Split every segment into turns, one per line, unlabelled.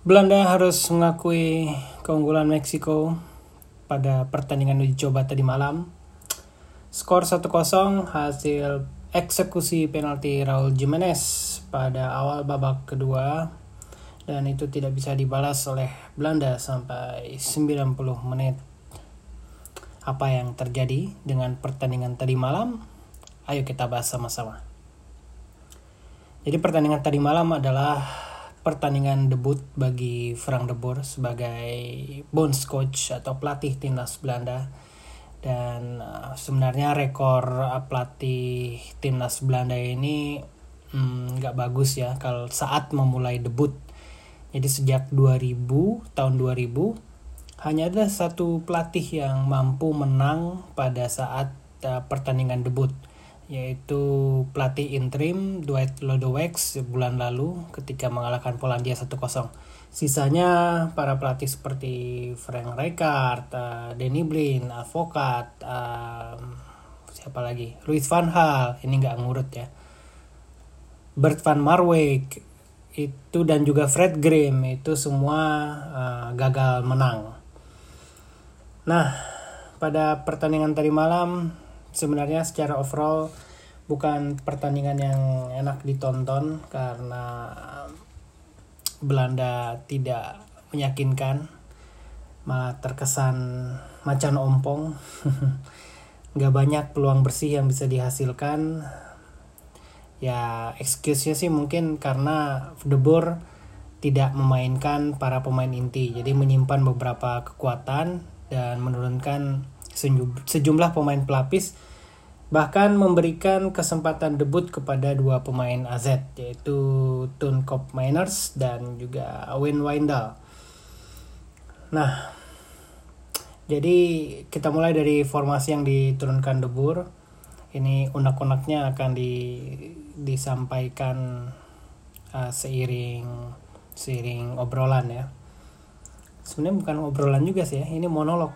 Belanda harus mengakui keunggulan Meksiko pada pertandingan uji coba tadi malam. Skor 1-0 hasil eksekusi penalti Raul Jimenez pada awal babak kedua, dan itu tidak bisa dibalas oleh Belanda sampai 90 menit. Apa yang terjadi dengan pertandingan tadi malam? Ayo kita bahas sama-sama. Jadi pertandingan tadi malam adalah pertandingan debut bagi Frank de Boer sebagai bondscoach atau pelatih timnas Belanda. Dan sebenarnya rekor pelatih timnas Belanda ini nggak bagus ya kalau saat memulai debut. Jadi sejak tahun 2000 hanya ada satu pelatih yang mampu menang pada saat pertandingan debut, yaitu pelatih interim Dwight Lodewijks bulan lalu ketika mengalahkan Polandia 1-0. Sisanya para pelatih seperti Frank Rijkaard, Danny Blind, Advocaat, siapa lagi? Louis van Gaal, ini nggak ngurut ya. Bert van Marwijk itu dan juga Fred Grim itu semua gagal menang. Nah, pada pertandingan tadi malam sebenarnya secara overall bukan pertandingan yang enak ditonton karena Belanda tidak meyakinkan, malah terkesan macan ompong. Gak banyak peluang bersih yang bisa dihasilkan. Ya excuse-nya sih mungkin karena De Boer tidak memainkan para pemain inti, jadi menyimpan beberapa kekuatan dan menurunkan sejumlah pemain pelapis, bahkan memberikan kesempatan debut kepada dua pemain AZ, yaitu Toon Koopmeiners dan juga Wayne Wijndal. Nah, jadi kita mulai dari formasi yang diturunkan De Boer. Ini unek-uneknya akan disampaikan seiring obrolan ya. Sebenarnya bukan obrolan juga sih ya, ini monolog.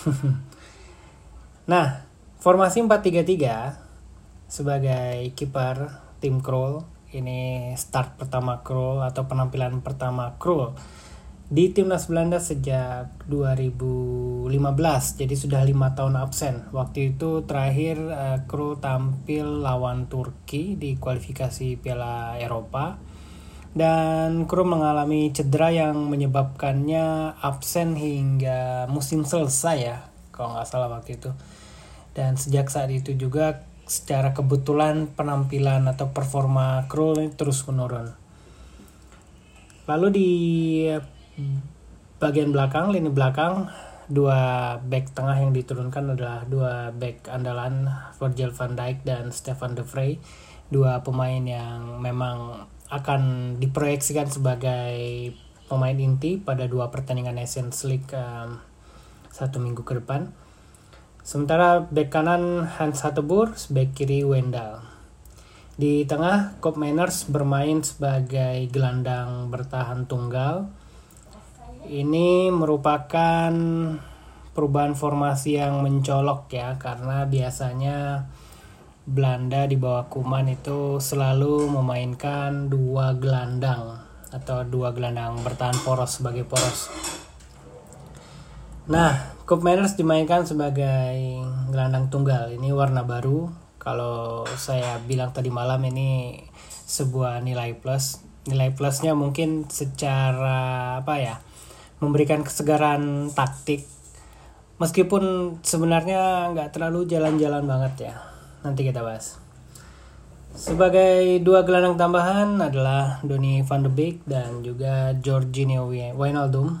Nah, formasi 4-3-3 sebagai kiper tim Krul. Ini start pertama Krul atau penampilan pertama Krul di timnas Belanda sejak 2015. Jadi sudah 5 tahun absen. Waktu itu terakhir Krul tampil lawan Turki di kualifikasi Piala Eropa. Dan Krul mengalami cedera yang menyebabkannya absen hingga musim selesai ya, kalau nggak salah waktu itu. Dan sejak saat itu juga secara kebetulan penampilan atau performa Krul ini terus menurun. Lalu di bagian belakang, lini belakang, dua back tengah yang diturunkan adalah dua back andalan, Virgil van Dijk dan Stefan de Vrij. Dua pemain yang memang akan diproyeksikan sebagai pemain inti pada dua pertandingan Nations League 1 minggu ke depan. Sementara bek kanan Hans Hateboer, bek kiri Wijndal. Di tengah Koopmeiners bermain sebagai gelandang bertahan tunggal. Ini merupakan perubahan formasi yang mencolok ya, karena biasanya Belanda di bawah Koeman itu selalu memainkan dua gelandang atau dua gelandang bertahan poros sebagai poros. Nah, Koopmeiners dimainkan sebagai gelandang tunggal. Ini warna baru. Kalau saya bilang tadi malam ini sebuah nilai plus. Nilai plusnya mungkin secara memberikan kesegaran taktik. Meskipun sebenarnya nggak terlalu jalan-jalan banget ya. Nanti kita bahas. Sebagai dua gelandang tambahan adalah Donny van de Beek dan juga Georginio Wijnaldum.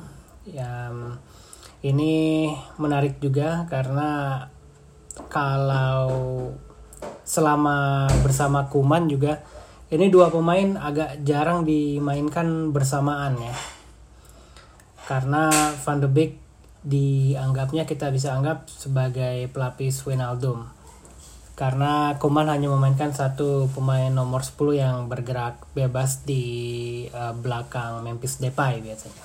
Ini menarik juga karena kalau selama bersama Koeman juga ini dua pemain agak jarang dimainkan bersamaan ya. Karena Van de Beek kita bisa anggap sebagai pelapis Wijnaldum. Karena Koeman hanya memainkan satu pemain nomor 10 yang bergerak bebas di belakang Memphis Depay biasanya.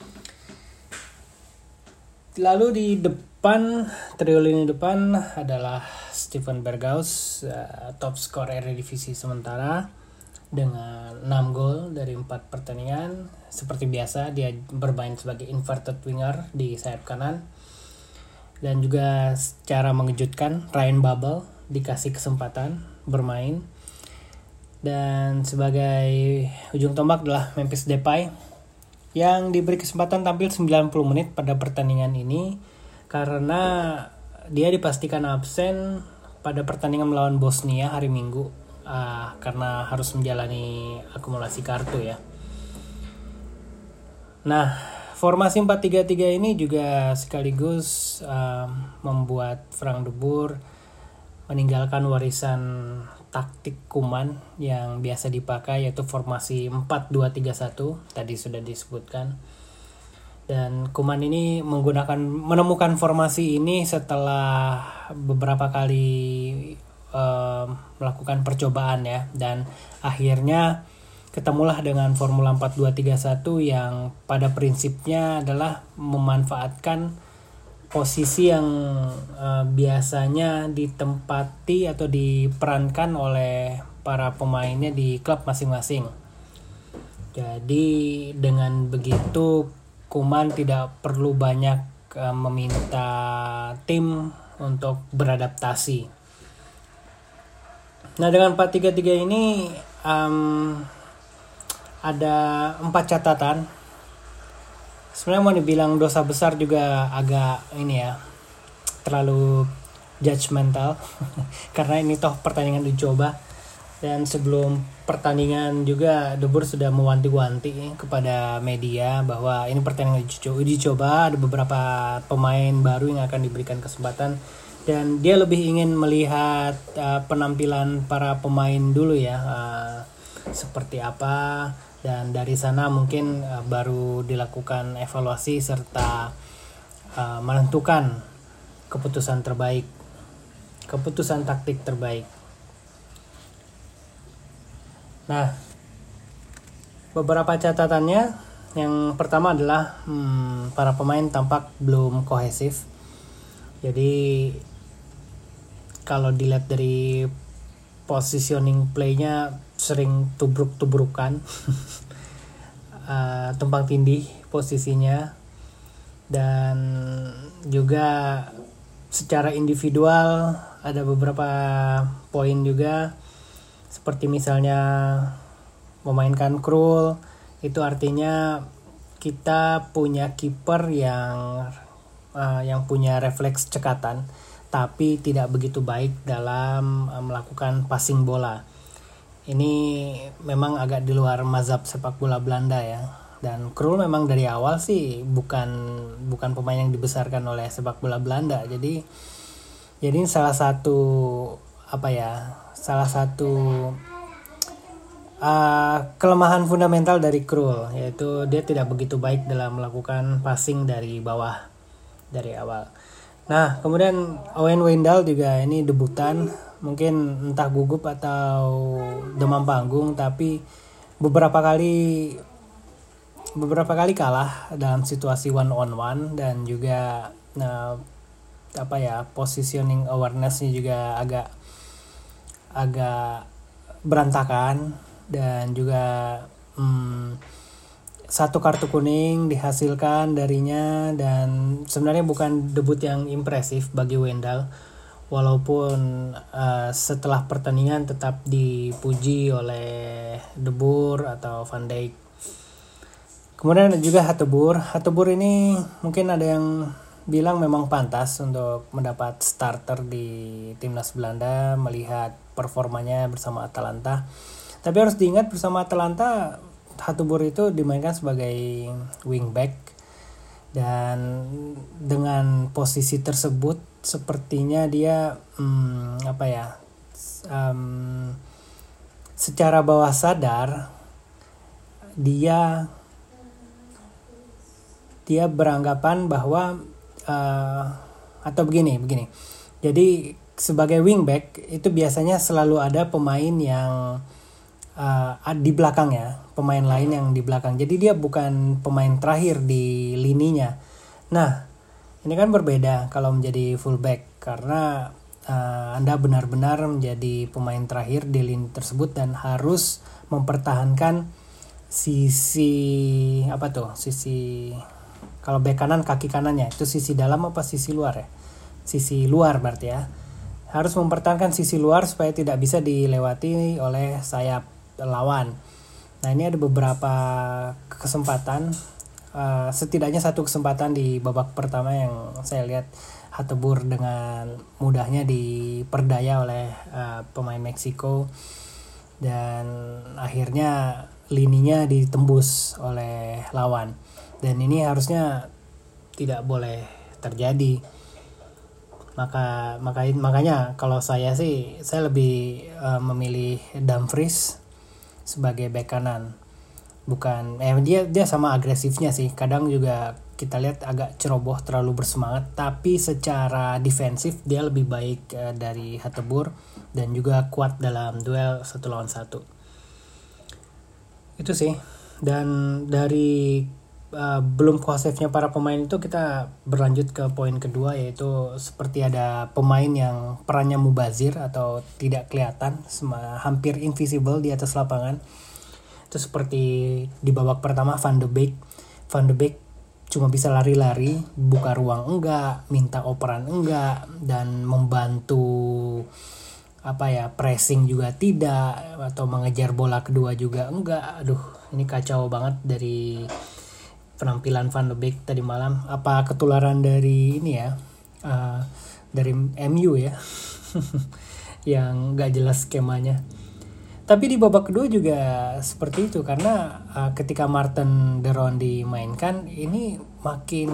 Lalu di depan, trio lini depan adalah Steven Berghuis, top skor Eredivisie sementara. dengan 6 gol dari 4 pertandingan. Seperti biasa dia bermain sebagai inverted winger di sayap kanan. Dan juga secara mengejutkan Ryan Babel dikasih kesempatan bermain. Dan sebagai ujung tombak adalah Memphis Depay yang diberi kesempatan tampil 90 menit pada pertandingan ini karena dia dipastikan absen pada pertandingan melawan Bosnia hari Minggu karena harus menjalani akumulasi kartu ya. Nah, formasi 4-3-3 ini juga sekaligus membuat Frank de Boer meninggalkan warisan taktik Koeman yang biasa dipakai, yaitu formasi 4-2-3-1 tadi sudah disebutkan. Dan Koeman ini menemukan formasi ini setelah beberapa kali melakukan percobaan ya, dan akhirnya ketemulah dengan formula 4-2-3-1 yang pada prinsipnya adalah memanfaatkan posisi yang biasanya ditempati atau diperankan oleh para pemainnya di klub masing-masing. Jadi dengan begitu Koeman tidak perlu banyak meminta tim untuk beradaptasi. Nah, dengan 4-3-3 ini ada 4 catatan. Sebenarnya mau dibilang dosa besar juga agak terlalu judgmental karena ini toh pertandingan dicoba, dan sebelum pertandingan juga De Boer sudah mewanti-wanti kepada media bahwa ini pertandingan uji coba, ada beberapa pemain baru yang akan diberikan kesempatan dan dia lebih ingin melihat penampilan para pemain dulu ya, seperti apa. Dan dari sana mungkin baru dilakukan evaluasi serta menentukan keputusan taktik terbaik. Nah, beberapa catatannya, yang pertama adalah para pemain tampak belum kohesif. Jadi kalau dilihat dari positioning play-nya sering tubruk-tubrukan, tumpang tindih posisinya, dan juga secara individual ada beberapa poin juga, seperti misalnya memainkan Krul. Itu artinya kita punya kiper yang punya refleks cekatan tapi tidak begitu baik dalam melakukan passing bola. Ini memang agak di luar mazhab sepak bola Belanda ya. Dan Krul memang dari awal sih bukan pemain yang dibesarkan oleh sepak bola Belanda. Jadi salah satu kelemahan fundamental dari Krul, yaitu dia tidak begitu baik dalam melakukan passing dari bawah dari awal. Nah, kemudian Owen Wijndal juga ini debutan, mungkin entah gugup atau demam panggung, tapi beberapa kali kalah dalam situasi one on one, dan juga positioning awareness-nya juga agak berantakan, dan juga satu kartu kuning dihasilkan darinya, dan sebenarnya bukan debut yang impresif bagi Wijndal, walaupun setelah pertandingan tetap dipuji oleh De Boer atau Van Dijk. Kemudian ada juga Hateboer ini mungkin ada yang bilang memang pantas untuk mendapat starter di timnas Belanda melihat performanya bersama Atalanta. Tapi harus diingat, bersama Atalanta Hateboer itu dimainkan sebagai wingback, dan dengan posisi tersebut sepertinya dia secara bawah sadar dia beranggapan bahwa atau begini. Jadi sebagai wingback itu biasanya selalu ada pemain yang di belakangnya, pemain lain yang di belakang. Jadi dia bukan pemain terakhir di lininya. Nah, ini kan berbeda kalau menjadi fullback, karena Anda benar-benar menjadi pemain terakhir di lini tersebut dan harus mempertahankan sisi kalau bek kanan kaki kanannya itu sisi dalam apa sisi luar ya? Sisi luar berarti ya. Harus mempertahankan sisi luar supaya tidak bisa dilewati oleh sayap lawan. Nah, ini ada beberapa kesempatan, setidaknya satu kesempatan di babak pertama yang saya lihat Hateboer dengan mudahnya diperdaya oleh pemain Meksiko dan akhirnya lininya ditembus oleh lawan. Dan ini harusnya tidak boleh terjadi. Makanya kalau saya lebih memilih Dumfries sebagai bek kanan. Bukan dia sama agresifnya sih. Kadang juga kita lihat agak ceroboh, terlalu bersemangat, tapi secara defensif dia lebih baik dari Hateboer dan juga kuat dalam duel 1 lawan 1. Itu sih. Dan dari belum kohesifnya para pemain itu kita berlanjut ke poin kedua, yaitu seperti ada pemain yang perannya mubazir atau tidak kelihatan, hampir invisible di atas lapangan. Itu seperti di babak pertama Van de Beek cuma bisa lari-lari, buka ruang enggak, minta operan enggak, dan membantu pressing juga tidak, atau mengejar bola kedua juga enggak. Aduh, ini kacau banget dari penampilan Van de Beek tadi malam. Apa ketularan dari ini ya, dari MU ya yang gak jelas skemanya. Tapi di babak kedua juga seperti itu, karena ketika Marten de Roon dimainkan, ini makin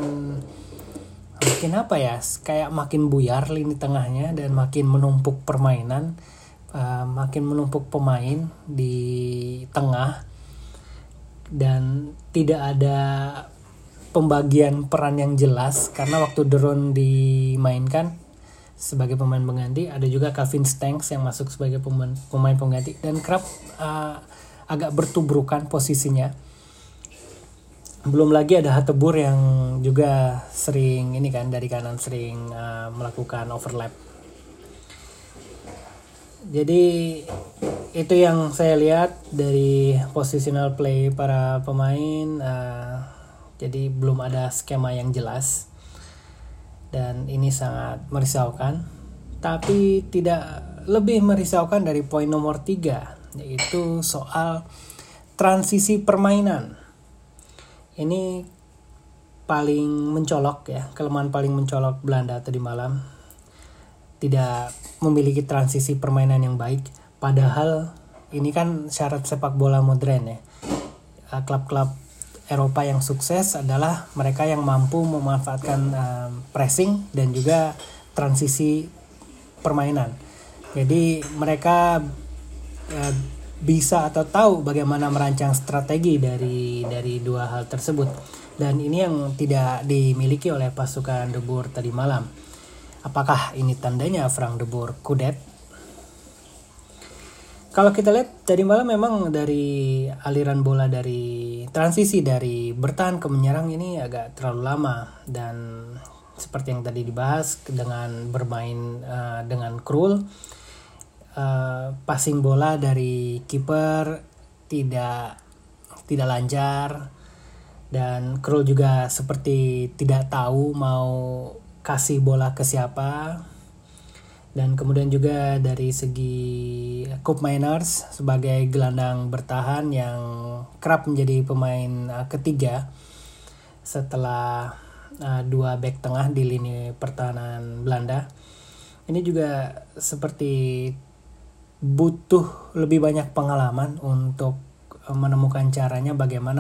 kayak makin buyar lini tengahnya dan makin menumpuk permainan, makin menumpuk pemain di tengah. Dan tidak ada pembagian peran yang jelas, karena waktu de Roon dimainkan sebagai pemain pengganti, ada juga Calvin Stengs yang masuk sebagai pemain pengganti, dan kerap agak bertubrukan posisinya. Belum lagi ada Hateboer yang juga sering dari kanan sering melakukan overlap. Jadi itu yang saya lihat dari positional play para pemain. Jadi belum ada skema yang jelas, dan ini sangat merisaukan. Tapi tidak lebih merisaukan dari poin nomor 3, yaitu soal transisi permainan. Ini paling mencolok ya, kelemahan paling mencolok Belanda tadi malam. Tidak memiliki transisi permainan yang baik. Padahal ini kan syarat sepak bola modern ya. Klub-klub Eropa yang sukses adalah mereka yang mampu memanfaatkan pressing dan juga transisi permainan. Jadi mereka bisa atau tahu bagaimana merancang strategi dari dua hal tersebut. Dan ini yang tidak dimiliki oleh pasukan De Boer tadi malam. Apakah ini tandanya Frank De Boer kudet? Kalau kita lihat tadi malam memang dari aliran bola, dari transisi dari bertahan ke menyerang ini agak terlalu lama, dan seperti yang tadi dibahas dengan bermain dengan Krul, passing bola dari kiper tidak lancar, dan Krul juga seperti tidak tahu mau kasih bola ke siapa. Dan kemudian juga dari segi Koopmeiners sebagai gelandang bertahan yang kerap menjadi pemain ketiga setelah dua bek tengah di lini pertahanan Belanda. Ini juga seperti butuh lebih banyak pengalaman untuk menemukan caranya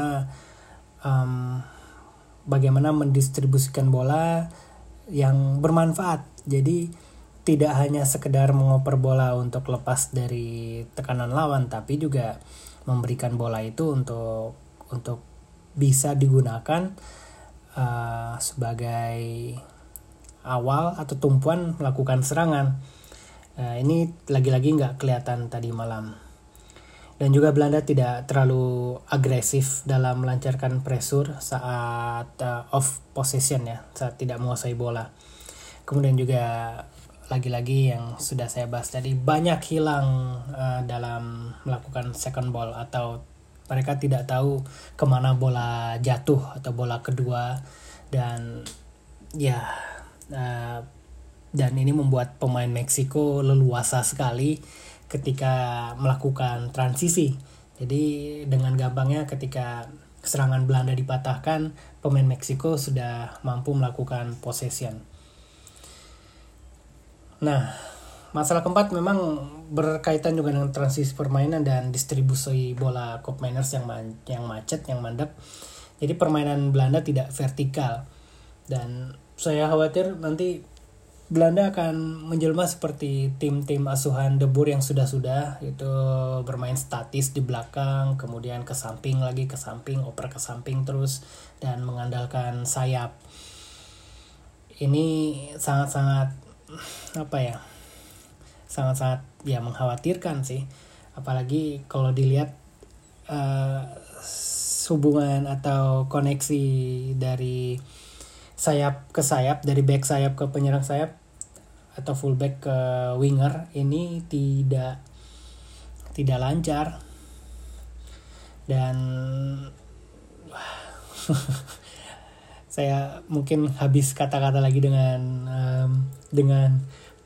bagaimana mendistribusikan bola yang bermanfaat. Jadi tidak hanya sekedar mengoper bola untuk lepas dari tekanan lawan, tapi juga memberikan bola itu untuk bisa digunakan sebagai awal atau tumpuan melakukan serangan. Ini lagi-lagi nggak kelihatan tadi malam. Dan juga Belanda tidak terlalu agresif dalam melancarkan pressure saat off possession ya, saat tidak menguasai bola. Kemudian juga lagi-lagi yang sudah saya bahas tadi, banyak hilang dalam melakukan second ball, atau mereka tidak tahu kemana bola jatuh atau bola kedua, dan ya dan ini membuat pemain Meksiko leluasa sekali ketika melakukan transisi. Jadi dengan gampangnya ketika serangan Belanda dipatahkan, pemain Meksiko sudah mampu melakukan possession. Nah, masalah keempat memang berkaitan juga dengan transisi permainan dan distribusi bola Cup Miners yang macet, yang mandek. Jadi permainan Belanda tidak vertikal, dan saya khawatir nanti Belanda akan menjelma seperti tim-tim asuhan De Boer yang sudah-sudah, itu bermain statis di belakang, kemudian ke samping lagi, ke samping, oper ke samping terus, dan mengandalkan sayap. Ini sangat-sangat sangat-sangat mengkhawatirkan sih, apalagi kalau dilihat hubungan atau koneksi dari sayap ke sayap, dari back sayap ke penyerang sayap atau fullback ke winger ini tidak lancar, dan saya mungkin habis kata-kata lagi dengan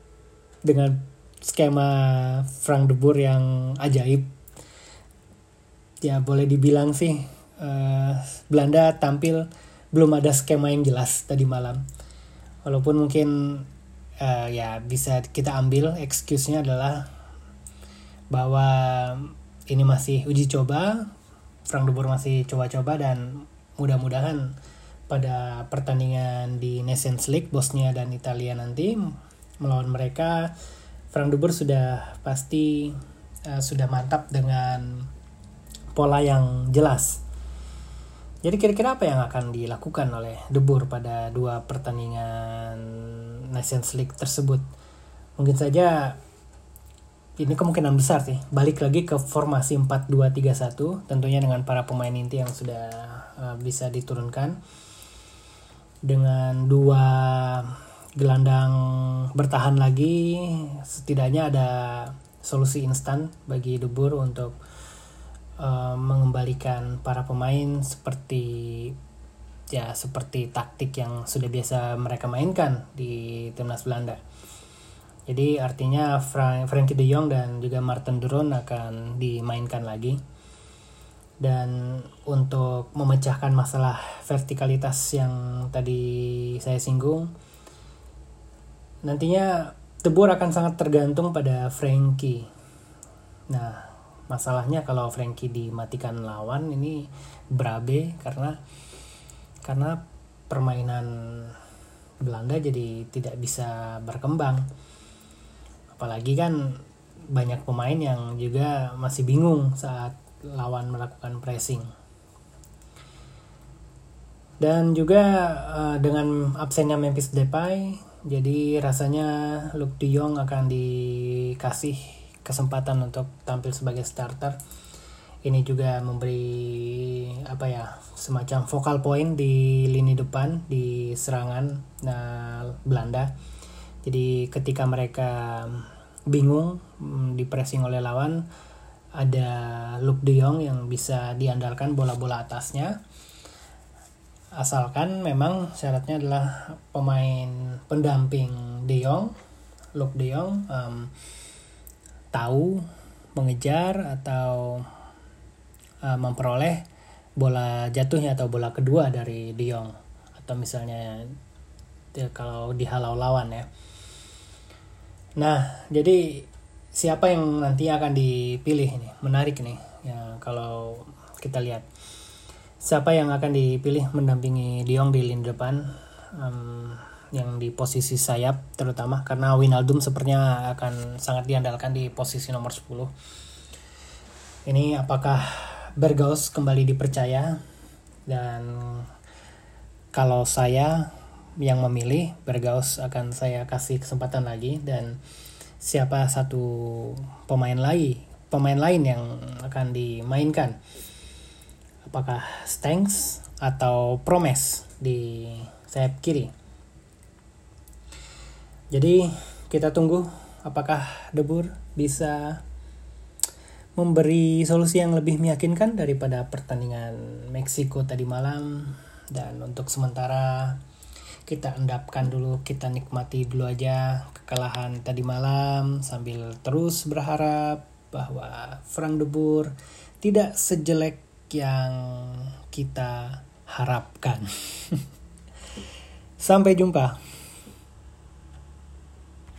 skema Frank de Boer yang ajaib. Ya boleh dibilang sih Belanda tampil belum ada skema yang jelas tadi malam. Walaupun mungkin ya bisa kita ambil excuse-nya adalah bahwa ini masih uji coba, Frank de Boer masih coba-coba, dan mudah-mudahan pada pertandingan di Nations League Bosnia dan Italia nanti melawan mereka, Frank de Boer sudah pasti sudah mantap dengan pola yang jelas. Jadi kira-kira apa yang akan dilakukan oleh De Boer pada 2 pertandingan Nations League tersebut? Mungkin saja ini kemungkinan besar sih balik lagi ke formasi 4-2-3-1, tentunya dengan para pemain inti yang sudah bisa diturunkan, dengan 2 gelandang bertahan lagi. Setidaknya ada solusi instan bagi De Boer untuk mengembalikan para pemain seperti taktik yang sudah biasa mereka mainkan di timnas Belanda. Jadi artinya Frenkie de Jong dan juga Marten de Roon akan dimainkan lagi. Dan untuk memecahkan masalah vertikalitas yang tadi saya singgung, nantinya De Boer akan sangat tergantung pada Frenkie. Nah, masalahnya kalau Frenkie dimatikan lawan ini berabe, karena permainan Belanda jadi tidak bisa berkembang. Apalagi kan banyak pemain yang juga masih bingung saat lawan melakukan pressing. Dan juga dengan absennya Memphis Depay, jadi rasanya Luuk de Jong akan dikasih kesempatan untuk tampil sebagai starter. Ini juga memberi semacam focal point di lini depan di serangan Belanda. Jadi ketika mereka bingung di pressing oleh lawan, ada Luuk de Jong yang bisa diandalkan bola-bola atasnya. Asalkan memang syaratnya adalah pemain pendamping de Jong, Luuk de Jong tahu mengejar atau memperoleh bola jatuhnya atau bola kedua dari de Jong, atau misalnya kalau dihalau lawan ya. Nah, jadi siapa yang nanti akan dipilih ini? Menarik nih ya, kalau kita lihat siapa yang akan dipilih mendampingi de Jong di lini depan, yang di posisi sayap terutama, karena Wijnaldum sepertinya akan sangat diandalkan di posisi nomor 10. Ini apakah Berghuis kembali dipercaya? Dan kalau saya yang memilih, Berghuis akan saya kasih kesempatan lagi, dan siapa satu pemain lain yang akan dimainkan, apakah Stengs atau Promes di sayap kiri. Jadi kita tunggu apakah De Boer bisa memberi solusi yang lebih meyakinkan daripada pertandingan Meksiko tadi malam. Dan untuk sementara kita endapkan dulu, kita nikmati dulu aja kekalahan tadi malam sambil terus berharap bahwa Frank De Boer tidak sejelek yang kita harapkan. Sampai jumpa.